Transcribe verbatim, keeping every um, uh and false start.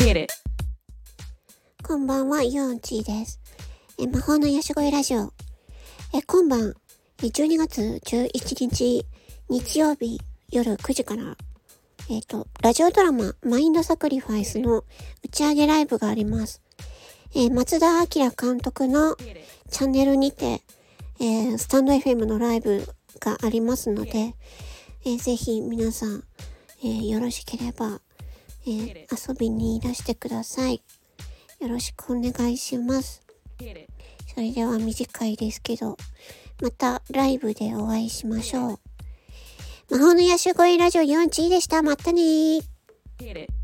こんばんは、ヨンチーです。え魔法のヤシ声ラジオ。え今晩、じゅうにがつじゅういちにち、日曜日夜くじから、えっと、ラジオドラマ、マインドサクリファイスの打ち上げライブがあります。えー、松田明監督のチャンネルにて、えー、スタンド エフエム のライブがありますので、えー、ぜひ皆さん、えー、よろしければ、えー、遊びにいらしてください。よろしくお願いします。それでは短いですけど、またライブでお会いしましょう。魔法のヤシ声ラジオよんチーでした。またねー。